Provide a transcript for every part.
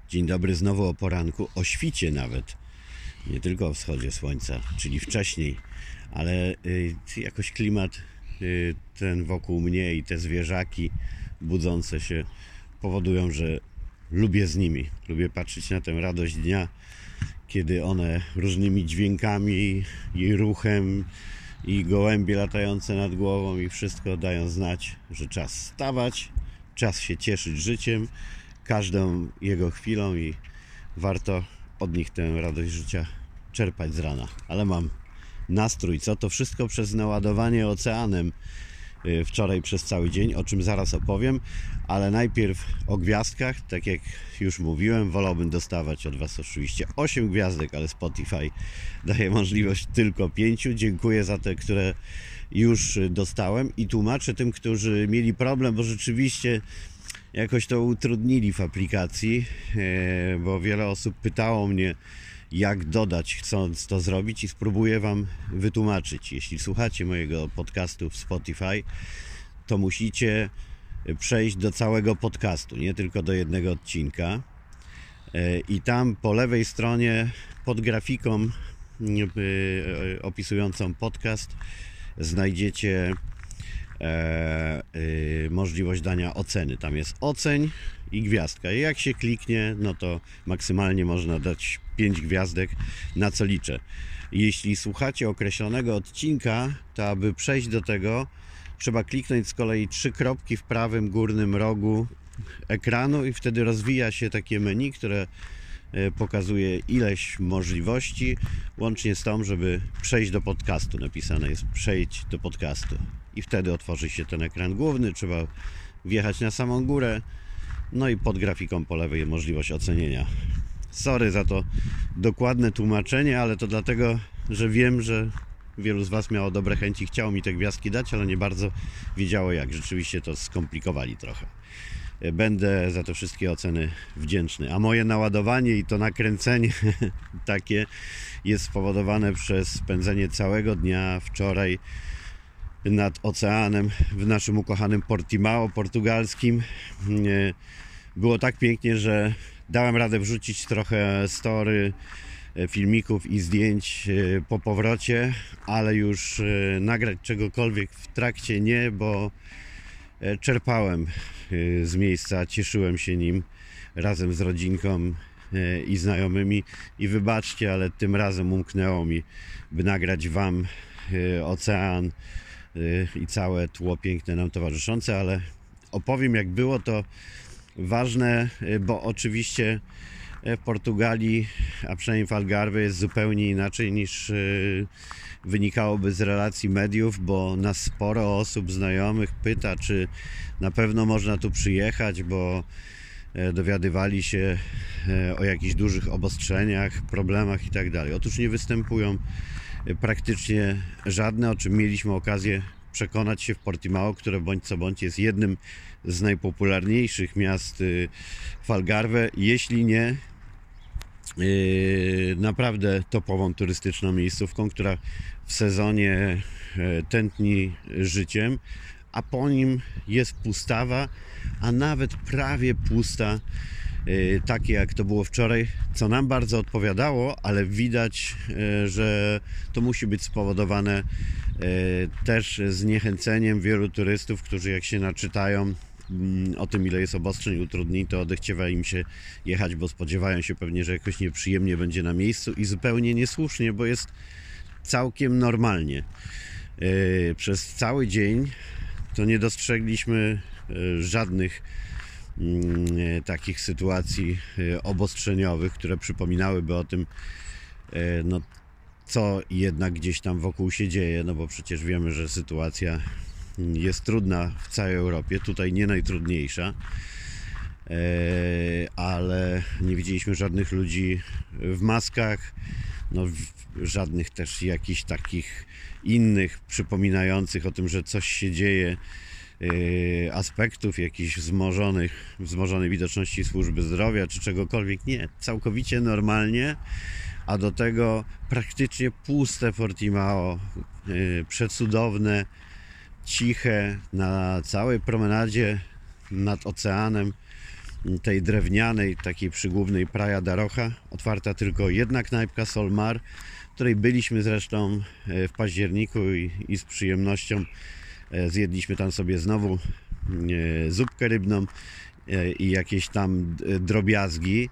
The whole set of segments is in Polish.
Dzień dobry znowu o poranku, o świcie nawet. Nie tylko o wschodzie słońca, czyli wcześniej, ale jakoś klimat ten wokół mnie i te zwierzaki budzące się powodują, że lubię z nimi. Lubię patrzeć na tę radość dnia, kiedy one różnymi dźwiękami i ruchem i gołębie latające nad głową i wszystko dają znać, że czas wstawać, czas się cieszyć życiem, każdą jego chwilą i warto od nich tę radość życia czerpać z rana. Ale mam nastrój, co to wszystko przez naładowanie oceanem wczoraj przez cały dzień, o czym zaraz opowiem, ale najpierw o gwiazdkach. Tak jak już mówiłem, wolałbym dostawać od Was oczywiście 8 gwiazdek, ale Spotify daje możliwość tylko 5. Dziękuję za te, które już dostałem i tłumaczę tym, którzy mieli problem, bo rzeczywiście jakoś to utrudnili w aplikacji, bo wiele osób pytało mnie, jak dodać, chcąc to zrobić, i spróbuję Wam wytłumaczyć. Jeśli słuchacie mojego podcastu w Spotify, to musicie przejść do całego podcastu, nie tylko do jednego odcinka. I tam po lewej stronie pod grafiką opisującą podcast znajdziecie możliwość dania oceny. Tam jest oceń i gwiazdka. I jak się kliknie, no to maksymalnie można dać 5 gwiazdek, na co liczę. Jeśli słuchacie określonego odcinka, to aby przejść do tego, trzeba kliknąć z kolei 3 kropki w prawym górnym rogu ekranu i wtedy rozwija się takie menu, które pokazuje ileś możliwości, łącznie z tą, żeby przejść do podcastu. Napisane jest przejdź do podcastu i wtedy otworzy się ten ekran główny, trzeba wjechać na samą górę, no i pod grafiką po lewej możliwość ocenienia. Sorry za to dokładne tłumaczenie, ale to dlatego, że wiem, że wielu z Was miało dobre chęci, chciało mi te gwiazdki dać, ale nie bardzo wiedziało jak. Rzeczywiście to skomplikowali trochę. Będę za te wszystkie oceny wdzięczny. A moje naładowanie i to nakręcenie takie jest spowodowane przez spędzenie całego dnia wczoraj nad oceanem w naszym ukochanym Portimao portugalskim. Było tak pięknie, że dałem radę wrzucić trochę story, filmików i zdjęć po powrocie, ale już nagrać czegokolwiek w trakcie nie, bo czerpałem z miejsca, cieszyłem się nim razem z rodzinką i znajomymi i wybaczcie, ale tym razem umknęło mi, by nagrać Wam ocean i całe tło piękne nam towarzyszące, ale opowiem jak było to ważne, bo oczywiście w Portugalii, a przynajmniej w Algarve jest zupełnie inaczej niż wynikałoby z relacji mediów, bo nas sporo osób znajomych pyta, czy na pewno można tu przyjechać, bo dowiadywali się o jakichś dużych obostrzeniach, problemach i tak dalej. Otóż nie występują praktycznie żadne, o czym mieliśmy okazję przekonać się w Portimao, które bądź co bądź jest jednym z najpopularniejszych miast w Algarve, jeśli nie naprawdę topową turystyczną miejscówką, która w sezonie tętni życiem, a po nim jest pustawa, a nawet prawie pusta, takie jak to było wczoraj, co nam bardzo odpowiadało, ale widać, że to musi być spowodowane też zniechęceniem wielu turystów, którzy jak się naczytają o tym, ile jest obostrzeń, utrudnień, to odechciewa im się jechać, bo spodziewają się pewnie, że jakoś nieprzyjemnie będzie na miejscu i zupełnie niesłusznie, bo jest całkiem normalnie. Przez cały dzień to nie dostrzegliśmy żadnych takich sytuacji obostrzeniowych, które przypominałyby o tym, no, co jednak gdzieś tam wokół się dzieje, no bo przecież wiemy, że sytuacja jest trudna w całej Europie, tutaj nie najtrudniejsza, ale nie widzieliśmy żadnych ludzi w maskach, no żadnych też jakichś takich innych przypominających o tym, że coś się dzieje, aspektów jakichś wzmożonej widoczności służby zdrowia czy czegokolwiek. Nie, całkowicie normalnie, a do tego praktycznie puste Portimao, przecudowne, ciche, na całej promenadzie nad oceanem tej drewnianej, takiej przygłównej Praia da Rocha, otwarta tylko jedna knajpka, Sol Mar, w której byliśmy zresztą w październiku i z przyjemnością zjedliśmy tam sobie znowu zupkę rybną i jakieś tam drobiazgi.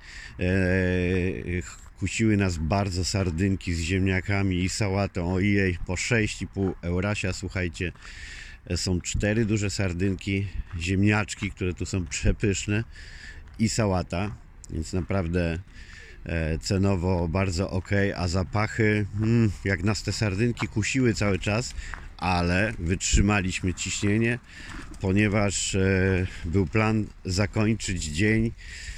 Kusiły nas bardzo sardynki z ziemniakami i sałatą. Ojej, po 6,5 eurasia, słuchajcie. Są 4 duże sardynki, ziemniaczki, które tu są przepyszne i sałata, więc naprawdę cenowo bardzo ok, a zapachy, jak nas te sardynki kusiły cały czas, ale wytrzymaliśmy ciśnienie, ponieważ był plan zakończyć dzień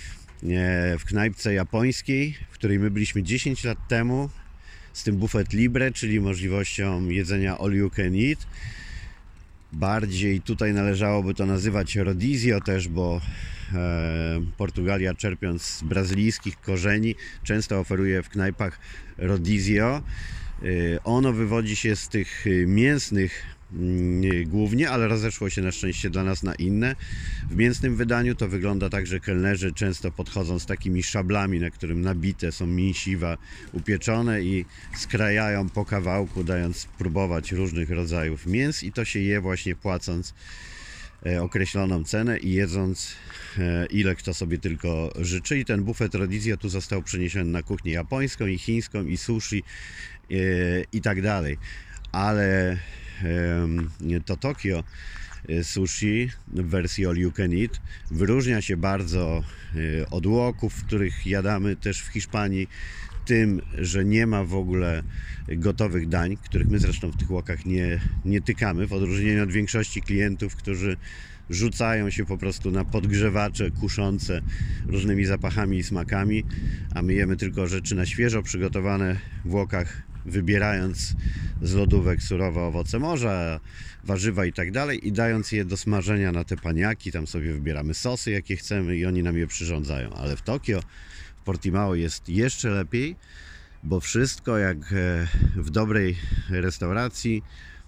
w knajpce japońskiej, w której my byliśmy 10 lat temu, z tym buffet libre, czyli możliwością jedzenia all you can eat. Bardziej tutaj należałoby to nazywać rodizio też, bo Portugalia, czerpiąc z brazylijskich korzeni, często oferuje w knajpach rodizio. Ono wywodzi się z tych mięsnych głównie, ale rozeszło się na szczęście dla nas na inne. W mięsnym wydaniu to wygląda tak, że kelnerzy często podchodzą z takimi szablami, na którym nabite są mięsiwa upieczone i skrajają po kawałku, dając spróbować różnych rodzajów mięs, i to się je właśnie płacąc określoną cenę i jedząc ile kto sobie tylko życzy. I ten buffet rodizio tu został przeniesiony na kuchnię japońską i chińską i sushi i tak dalej. Ale to Tokio sushi w wersji all you can eat wyróżnia się bardzo od łoków, w których jadamy też w Hiszpanii, tym, że nie ma w ogóle gotowych dań, których my zresztą w tych łokach nie tykamy, w odróżnieniu od większości klientów, którzy rzucają się po prostu na podgrzewacze kuszące różnymi zapachami i smakami, a my jemy tylko rzeczy na świeżo przygotowane w łokach, wybierając z lodówek surowe owoce morza, warzywa i tak dalej, i dając je do smażenia na te paniaki. Tam sobie wybieramy sosy, jakie chcemy, i oni nam je przyrządzają. Ale w Tokio, w Portimao jest jeszcze lepiej, bo wszystko jak w dobrej restauracji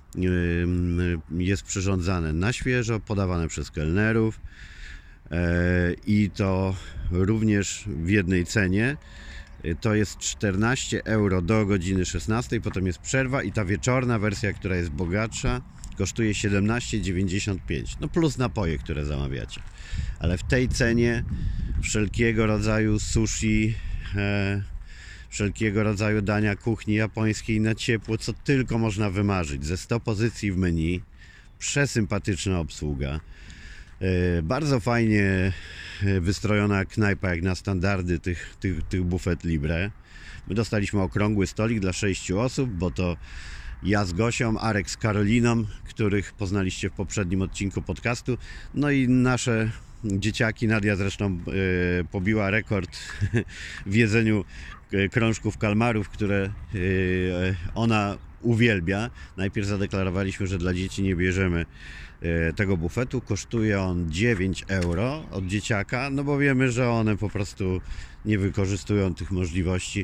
jest przyrządzane na świeżo, podawane przez kelnerów i to również w jednej cenie. To jest 14 euro do godziny 16, potem jest przerwa i ta wieczorna wersja, która jest bogatsza, kosztuje 17,95, no plus napoje, które zamawiacie. Ale w tej cenie wszelkiego rodzaju sushi, wszelkiego rodzaju dania kuchni japońskiej na ciepło, co tylko można wymarzyć, ze 100 pozycji w menu, przesympatyczna obsługa, bardzo fajnie wystrojona knajpa jak na standardy tych buffet libre. My dostaliśmy okrągły stolik dla 6 osób, bo to ja z Gosią, Arek z Karoliną, których poznaliście w poprzednim odcinku podcastu, no i nasze dzieciaki. Nadia zresztą pobiła rekord w jedzeniu krążków kalmarów, które ona uwielbia. Najpierw zadeklarowaliśmy, że dla dzieci nie bierzemy tego bufetu. Kosztuje on 9 euro od dzieciaka, no bo wiemy, że one po prostu nie wykorzystują tych możliwości,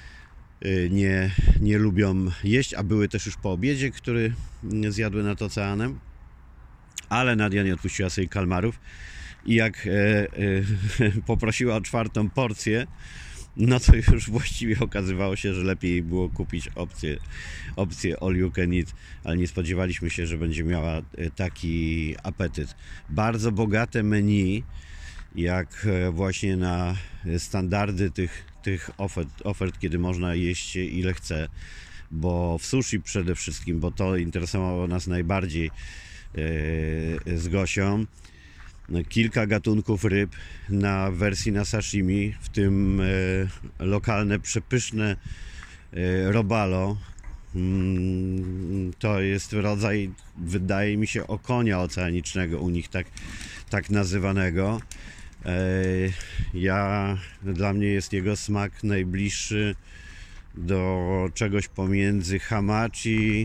nie lubią jeść, a były też już po obiedzie, który zjadły nad oceanem. Ale Nadia nie odpuściła sobie kalmarów i jak poprosiła o 4. porcję, no to już właściwie okazywało się, że lepiej było kupić opcję all you can eat, ale nie spodziewaliśmy się, że będzie miała taki apetyt. Bardzo bogate menu, jak właśnie na standardy tych ofert, kiedy można jeść ile chce, bo w sushi przede wszystkim, bo to interesowało nas najbardziej z Gosią. Kilka gatunków ryb na wersji na sashimi, w tym lokalne, przepyszne robalo. To jest rodzaj, wydaje mi się, okonia oceanicznego u nich, tak nazywanego. Dla mnie jest jego smak najbliższy do czegoś pomiędzy hamachi.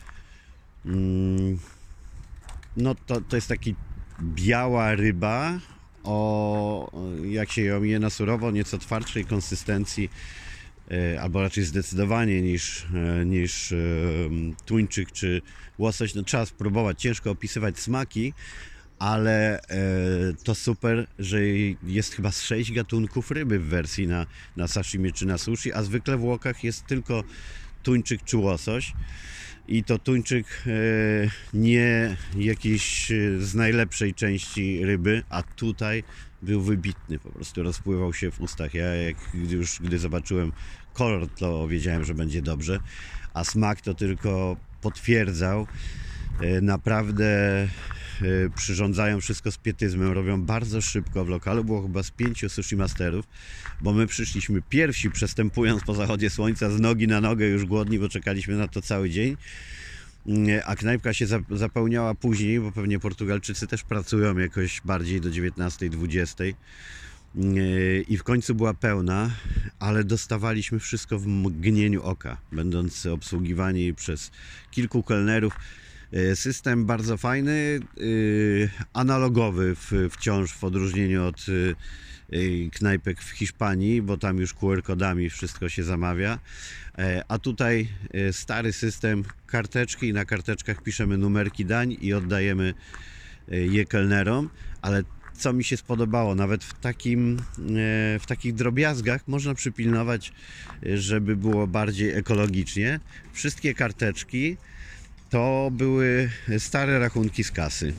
No to jest taki biała ryba, jak się ją je na surowo, nieco twardszej konsystencji, albo raczej zdecydowanie niż tuńczyk czy łosoś. No, trzeba spróbować, ciężko opisywać smaki, ale to super, że jest chyba z 6 gatunków ryby w wersji na sashimi czy na sushi, a zwykle w łokach jest tylko tuńczyk czy łosoś. I to tuńczyk nie jakiejś z najlepszej części ryby, a tutaj był wybitny, po prostu rozpływał się w ustach. Ja gdy zobaczyłem kolor, to wiedziałem, że będzie dobrze, a smak to tylko potwierdzał. Naprawdę przyrządzają wszystko z pietyzmem, robią bardzo szybko. W lokalu było chyba z 5 sushi masterów, bo my przyszliśmy pierwsi, przestępując po zachodzie słońca z nogi na nogę, już głodni, bo czekaliśmy na to cały dzień. A knajpka się zapełniała później, bo pewnie Portugalczycy też pracują jakoś bardziej do 19-20 i w końcu była pełna, ale dostawaliśmy wszystko w mgnieniu oka, będąc obsługiwani przez kilku kelnerów. System bardzo fajny, analogowy wciąż w odróżnieniu od knajpek w Hiszpanii, bo tam już QR-kodami wszystko się zamawia, a tutaj stary system, karteczki i na karteczkach piszemy numerki dań i oddajemy je kelnerom, ale co mi się spodobało, nawet w takich drobiazgach można przypilnować, żeby było bardziej ekologicznie. Wszystkie karteczki to były stare rachunki z kasy.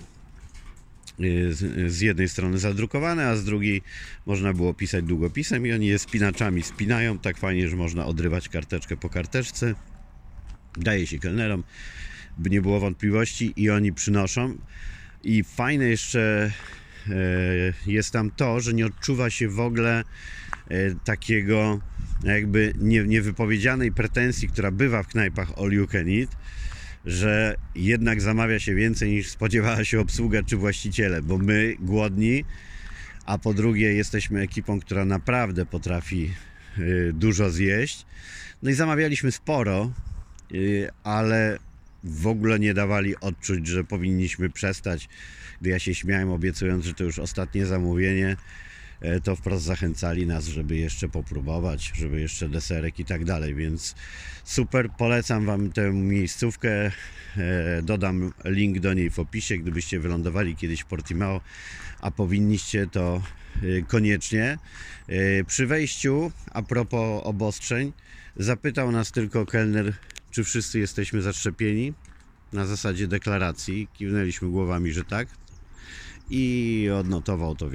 Z jednej strony zadrukowane, a z drugiej można było pisać długopisem i oni je spinaczami spinają tak fajnie, że można odrywać karteczkę po karteczce. Daje się kelnerom, by nie było wątpliwości, i oni przynoszą. I fajne jeszcze jest tam to, że nie odczuwa się w ogóle takiego jakby niewypowiedzianej pretensji, która bywa w knajpach all you can eat, że jednak zamawia się więcej niż spodziewała się obsługa czy właściciele, bo my głodni, a po drugie jesteśmy ekipą, która naprawdę potrafi dużo zjeść. No i zamawialiśmy sporo, ale w ogóle nie dawali odczuć, że powinniśmy przestać. Gdy ja się śmiałem, obiecując, że to już ostatnie zamówienie, to wprost zachęcali nas, żeby jeszcze popróbować, żeby jeszcze deserek i tak dalej, więc super, polecam Wam tę miejscówkę, dodam link do niej w opisie, gdybyście wylądowali kiedyś w Portimao, a powinniście, to koniecznie. Przy wejściu, a propos obostrzeń, zapytał nas tylko kelner, czy wszyscy jesteśmy zaszczepieni, na zasadzie deklaracji, kiwnęliśmy głowami, że tak, i odnotował to w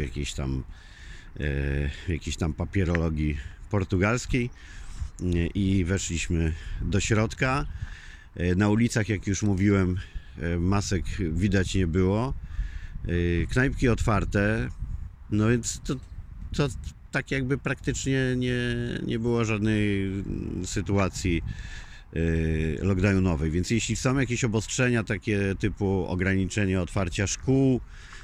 jakiejś tam papierologii portugalskiej i weszliśmy do środka. Na ulicach, jak już mówiłem, masek widać nie było. Knajpki otwarte, no więc to tak jakby praktycznie nie było żadnej sytuacji lockdownowej, więc jeśli są jakieś obostrzenia takie typu ograniczenie otwarcia szkół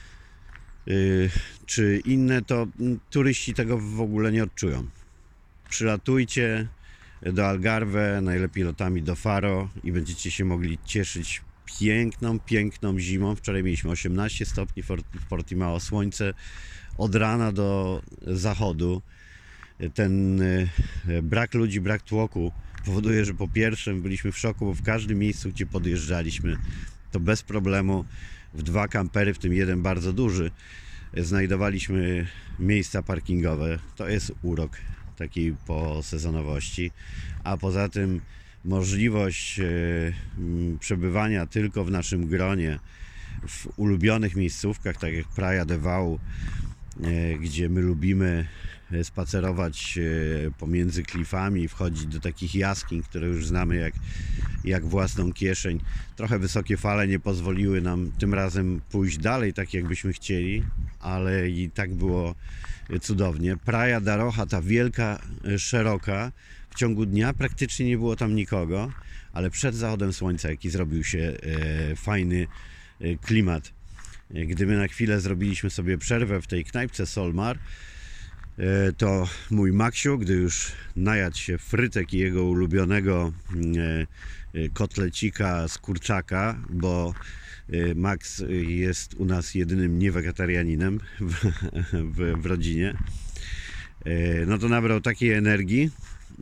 czy inne, to turyści tego w ogóle nie odczują. Przylatujcie do Algarve, najlepiej lotami do Faro, i będziecie się mogli cieszyć piękną zimą. Wczoraj mieliśmy 18 stopni w Portimao, słońce od rana do zachodu. Ten brak ludzi, brak tłoku powoduje, że po pierwsze byliśmy w szoku, bo w każdym miejscu, gdzie podjeżdżaliśmy, to bez problemu w 2 kampery, w tym jeden bardzo duży, znajdowaliśmy miejsca parkingowe. To jest urok takiej posezonowości, a poza tym możliwość przebywania tylko w naszym gronie, w ulubionych miejscówkach, tak jak Praia de Val, gdzie my lubimy spacerować pomiędzy klifami, wchodzić do takich jaskiń, które już znamy jak własną kieszeń. Trochę wysokie fale nie pozwoliły nam tym razem pójść dalej, tak jakbyśmy chcieli, ale i tak było cudownie. Praia da Rocha, ta wielka, szeroka, w ciągu dnia praktycznie nie było tam nikogo, ale przed zachodem słońca, jaki zrobił się fajny klimat. Gdy my na chwilę zrobiliśmy sobie przerwę w tej knajpce Solmar, to mój Maksiu, gdy już najadł się frytek i jego ulubionego kotlecika z kurczaka, bo Max jest u nas jedynym niewegetarianinem w rodzinie, no to nabrał takiej energii,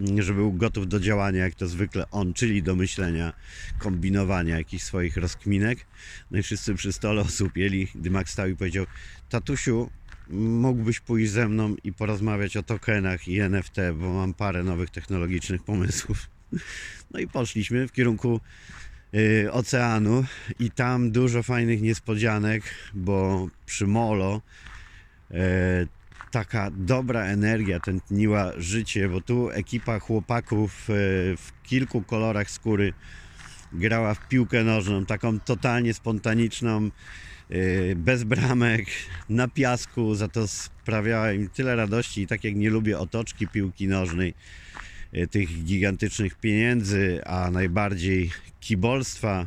że był gotów do działania, jak to zwykle on, czyli do myślenia, kombinowania jakichś swoich rozkminek. No i wszyscy przy stole osłupieli, gdy Max stał i powiedział: tatusiu, mógłbyś pójść ze mną i porozmawiać o tokenach i NFT, bo mam parę nowych technologicznych pomysłów. No i poszliśmy w kierunku oceanu i tam dużo fajnych niespodzianek, bo przy molo taka dobra energia tętniła życie, bo tu ekipa chłopaków w kilku kolorach skóry grała w piłkę nożną, taką totalnie spontaniczną, bez bramek, na piasku, za to sprawiała im tyle radości. I tak jak nie lubię otoczki piłki nożnej, tych gigantycznych pieniędzy, a najbardziej kibolstwa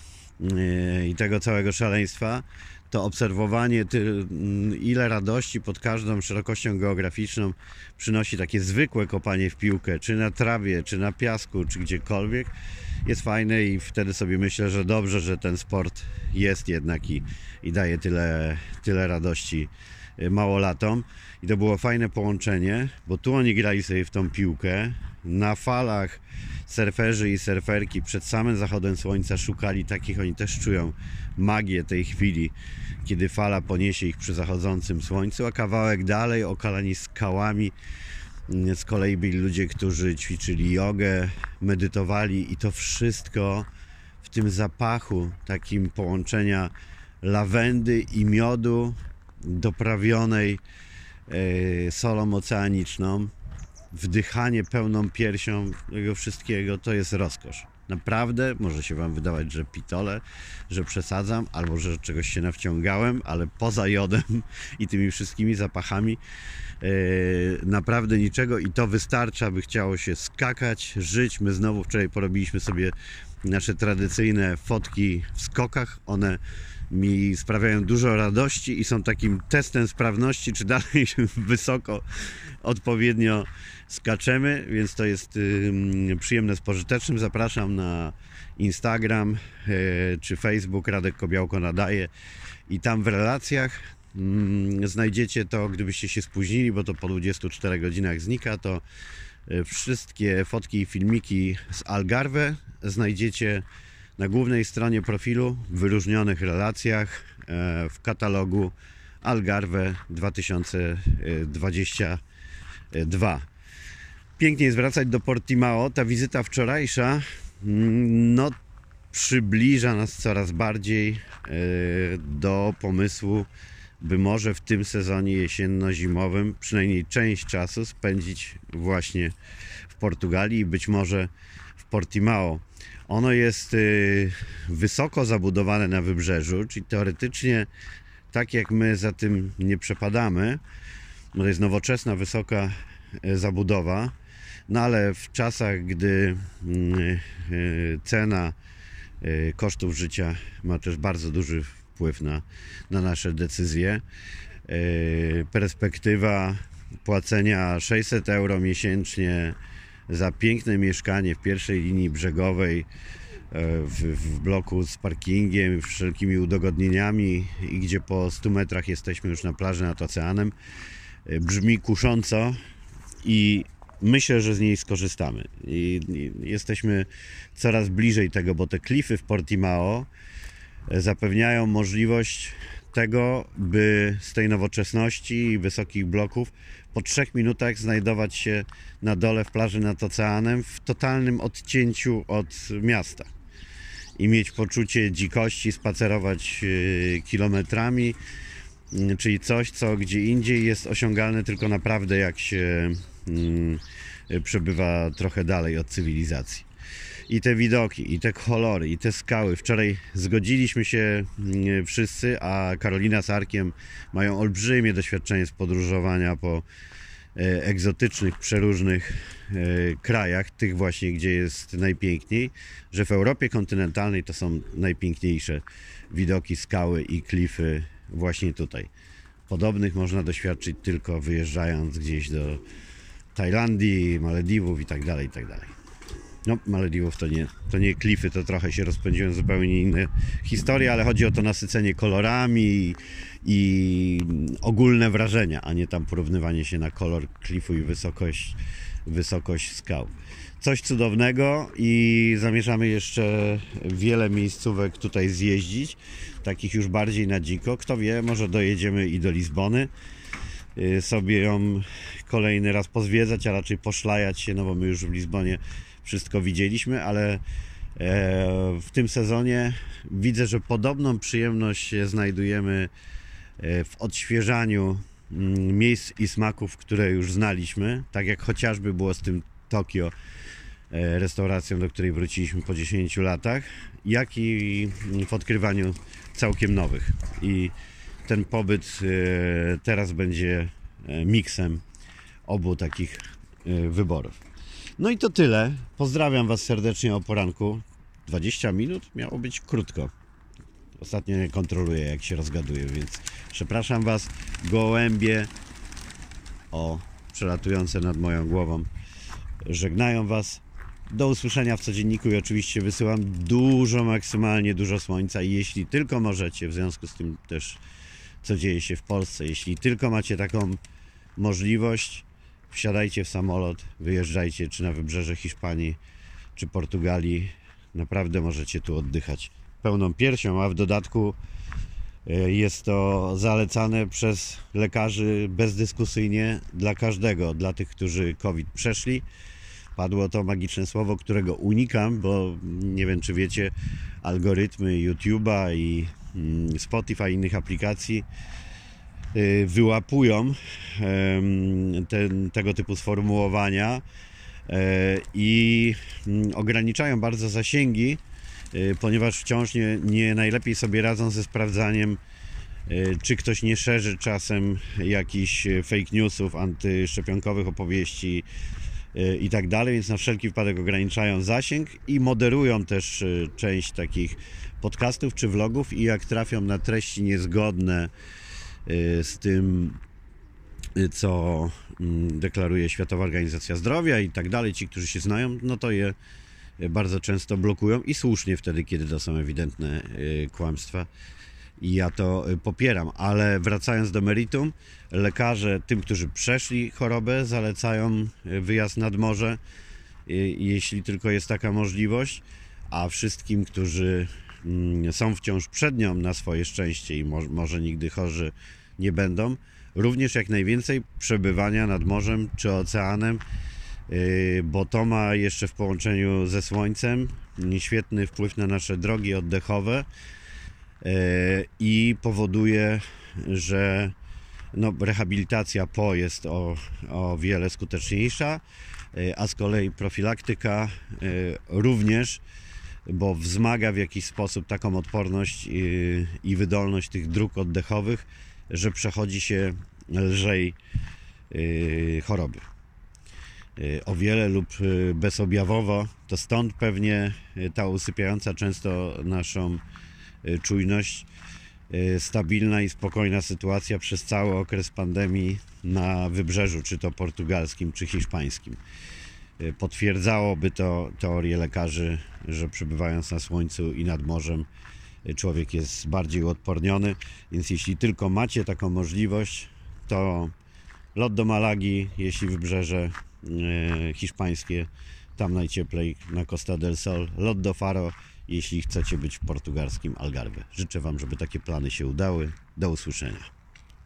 i tego całego szaleństwa, to obserwowanie, ile radości pod każdą szerokością geograficzną przynosi takie zwykłe kopanie w piłkę, czy na trawie, czy na piasku, czy gdziekolwiek, jest fajne. I wtedy sobie myślę, że dobrze, że ten sport jest jednak i daje tyle radości małolatom. I to było fajne połączenie, bo tu oni grali sobie w tą piłkę, na falach surferzy i surferki przed samym zachodem słońca szukali takich, oni też czują magię tej chwili, kiedy fala poniesie ich przy zachodzącym słońcu, a kawałek dalej, okalani skałami, z kolei byli ludzie, którzy ćwiczyli jogę, medytowali, i to wszystko w tym zapachu takim połączenia lawendy i miodu doprawionej solą oceaniczną, wdychanie pełną piersią tego wszystkiego, to jest rozkosz. Naprawdę, może się wam wydawać, że pitole, że przesadzam, albo że czegoś się nawciągałem, ale poza jodem i tymi wszystkimi zapachami naprawdę niczego, i to wystarcza, by chciało się skakać, żyć. My znowu wczoraj porobiliśmy sobie nasze tradycyjne fotki w skokach. One mi sprawiają dużo radości i są takim testem sprawności, czy dalej wysoko, odpowiednio skaczemy, więc to jest przyjemne z pożytecznym. Zapraszam na Instagram czy Facebook, Radek Kobiałko nadaje, i tam w relacjach znajdziecie to, gdybyście się spóźnili, bo to po 24 godzinach znika, to wszystkie fotki i filmiki z Algarve znajdziecie na głównej stronie profilu, w wyróżnionych relacjach w katalogu Algarve 2022. Pięknie jest wracać do Portimao. Ta wizyta wczorajsza przybliża nas coraz bardziej do pomysłu, by może w tym sezonie jesienno-zimowym przynajmniej część czasu spędzić właśnie w Portugalii i być może w Portimao. Ono jest wysoko zabudowane na wybrzeżu, czyli teoretycznie tak jak my za tym nie przepadamy, bo to jest nowoczesna, wysoka zabudowa, no ale w czasach, gdy cena kosztów życia ma też bardzo duży wpływ na nasze decyzje, perspektywa płacenia 600 euro miesięcznie za piękne mieszkanie w pierwszej linii brzegowej, w bloku z parkingiem, wszelkimi udogodnieniami, i gdzie po 100 metrach jesteśmy już na plaży nad oceanem, brzmi kusząco i myślę, że z niej skorzystamy. I jesteśmy coraz bliżej tego, bo te klify w Portimao zapewniają możliwość tego, by z tej nowoczesności i wysokich bloków po 3 minutach znajdować się na dole w plaży nad oceanem, w totalnym odcięciu od miasta i mieć poczucie dzikości, spacerować kilometrami, czyli coś, co gdzie indziej jest osiągalne tylko naprawdę jak się przebywa trochę dalej od cywilizacji. I te widoki, i te kolory, i te skały. Wczoraj zgodziliśmy się wszyscy, a Karolina z Arkiem mają olbrzymie doświadczenie z podróżowania po egzotycznych, przeróżnych krajach, tych właśnie, gdzie jest najpiękniej, że w Europie kontynentalnej to są najpiękniejsze widoki, skały i klify właśnie tutaj. Podobnych można doświadczyć tylko wyjeżdżając gdzieś do Tajlandii, Malediwów i tak dalej, i tak dalej. No, Malediwów to nie klify, to trochę się rozpędziłem, zupełnie inne historie, ale chodzi o to nasycenie kolorami i ogólne wrażenia, a nie tam porównywanie się na kolor klifu i wysokość skał. Coś cudownego i zamierzamy jeszcze wiele miejscówek tutaj zjeździć, takich już bardziej na dziko. Kto wie, może dojedziemy i do Lizbony, sobie ją kolejny raz pozwiedzać, a raczej poszlajać się, no bo my już w Lizbonie wszystko widzieliśmy, ale w tym sezonie widzę, że podobną przyjemność znajdujemy w odświeżaniu miejsc i smaków, które już znaliśmy, tak jak chociażby było z tym Tokio, restauracją, do której wróciliśmy po 10 latach, jak i w odkrywaniu całkiem nowych. I ten pobyt teraz będzie miksem obu takich wyborów. No i to tyle. Pozdrawiam Was serdecznie o poranku. 20 minut miało być krótko. Ostatnio nie kontroluję, jak się rozgaduję, więc przepraszam Was. Gołębie przelatujące nad moją głową żegnają Was. Do usłyszenia w codzienniku i oczywiście wysyłam maksymalnie dużo słońca i jeśli tylko możecie, w związku z tym też co dzieje się w Polsce, jeśli tylko macie taką możliwość, wsiadajcie w samolot, wyjeżdżajcie czy na wybrzeże Hiszpanii, czy Portugalii. Naprawdę możecie tu oddychać pełną piersią, a w dodatku jest to zalecane przez lekarzy bezdyskusyjnie dla każdego, dla tych, którzy COVID przeszli. Padło to magiczne słowo, którego unikam, bo nie wiem, czy wiecie, algorytmy YouTube'a i Spotify i innych aplikacji wyłapują tego typu sformułowania i ograniczają bardzo zasięgi, ponieważ wciąż nie najlepiej sobie radzą ze sprawdzaniem, czy ktoś nie szerzy czasem jakichś fake newsów, antyszczepionkowych opowieści i tak dalej, więc na wszelki wypadek ograniczają zasięg i moderują też część takich podcastów czy vlogów i jak trafią na treści niezgodne z tym, co deklaruje Światowa Organizacja Zdrowia i tak dalej, ci, którzy się znają, no to je bardzo często blokują i słusznie wtedy, kiedy to są ewidentne kłamstwa. I ja to popieram, ale wracając do meritum, lekarze tym, którzy przeszli chorobę, zalecają wyjazd nad morze, jeśli tylko jest taka możliwość, a wszystkim, którzy są wciąż przed nią na swoje szczęście i może nigdy chorzy nie będą, również jak najwięcej przebywania nad morzem czy oceanem, bo to ma jeszcze w połączeniu ze słońcem świetny wpływ na nasze drogi oddechowe i powoduje, że rehabilitacja jest o wiele skuteczniejsza, a z kolei profilaktyka również, bo wzmaga w jakiś sposób taką odporność i wydolność tych dróg oddechowych, że przechodzi się lżej choroby. O wiele lub bezobjawowo, to stąd pewnie ta usypiająca często naszą czujność, stabilna i spokojna sytuacja przez cały okres pandemii na wybrzeżu, czy to portugalskim, czy hiszpańskim. Potwierdzałoby to teorię lekarzy, że przebywając na słońcu i nad morzem człowiek jest bardziej uodporniony, więc jeśli tylko macie taką możliwość, to lot do Malagi, jeśli wybrzeże hiszpańskie, tam najcieplej na Costa del Sol, lot do Faro, jeśli chcecie być w portugalskim Algarve. Życzę Wam, żeby takie plany się udały. Do usłyszenia.